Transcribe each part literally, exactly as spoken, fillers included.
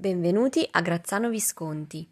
Benvenuti a Grazzano Visconti.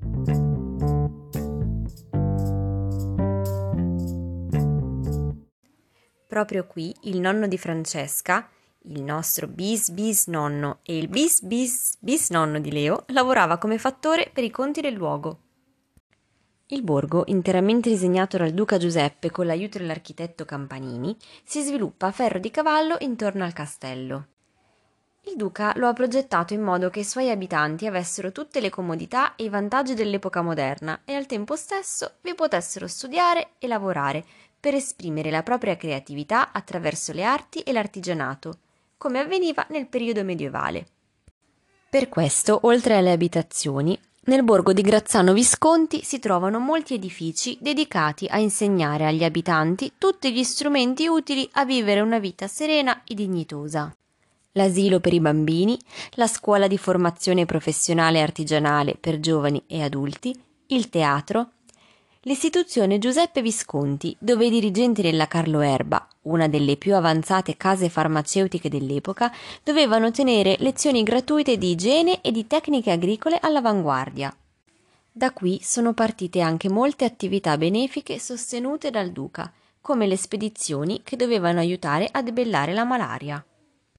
Proprio qui il nonno di Francesca, il nostro bis bis nonno e il bis bis bis nonno di Leo lavorava come fattore per i conti del luogo. Il borgo, interamente disegnato dal duca Giuseppe con l'aiuto dell'architetto Campanini, si sviluppa a ferro di cavallo intorno al castello. Il duca lo ha progettato in modo che i suoi abitanti avessero tutte le comodità e i vantaggi dell'epoca moderna e al tempo stesso vi potessero studiare e lavorare per esprimere la propria creatività attraverso le arti e l'artigianato, come avveniva nel periodo medievale. Per questo, oltre alle abitazioni, nel borgo di Grazzano Visconti si trovano molti edifici dedicati a insegnare agli abitanti tutti gli strumenti utili a vivere una vita serena e dignitosa. L'asilo per i bambini, la scuola di formazione professionale e artigianale per giovani e adulti, il teatro, l'istituzione Giuseppe Visconti, dove i dirigenti della Carlo Erba, una delle più avanzate case farmaceutiche dell'epoca, dovevano tenere lezioni gratuite di igiene e di tecniche agricole all'avanguardia. Da qui sono partite anche molte attività benefiche sostenute dal duca, come le spedizioni che dovevano aiutare a debellare la malaria.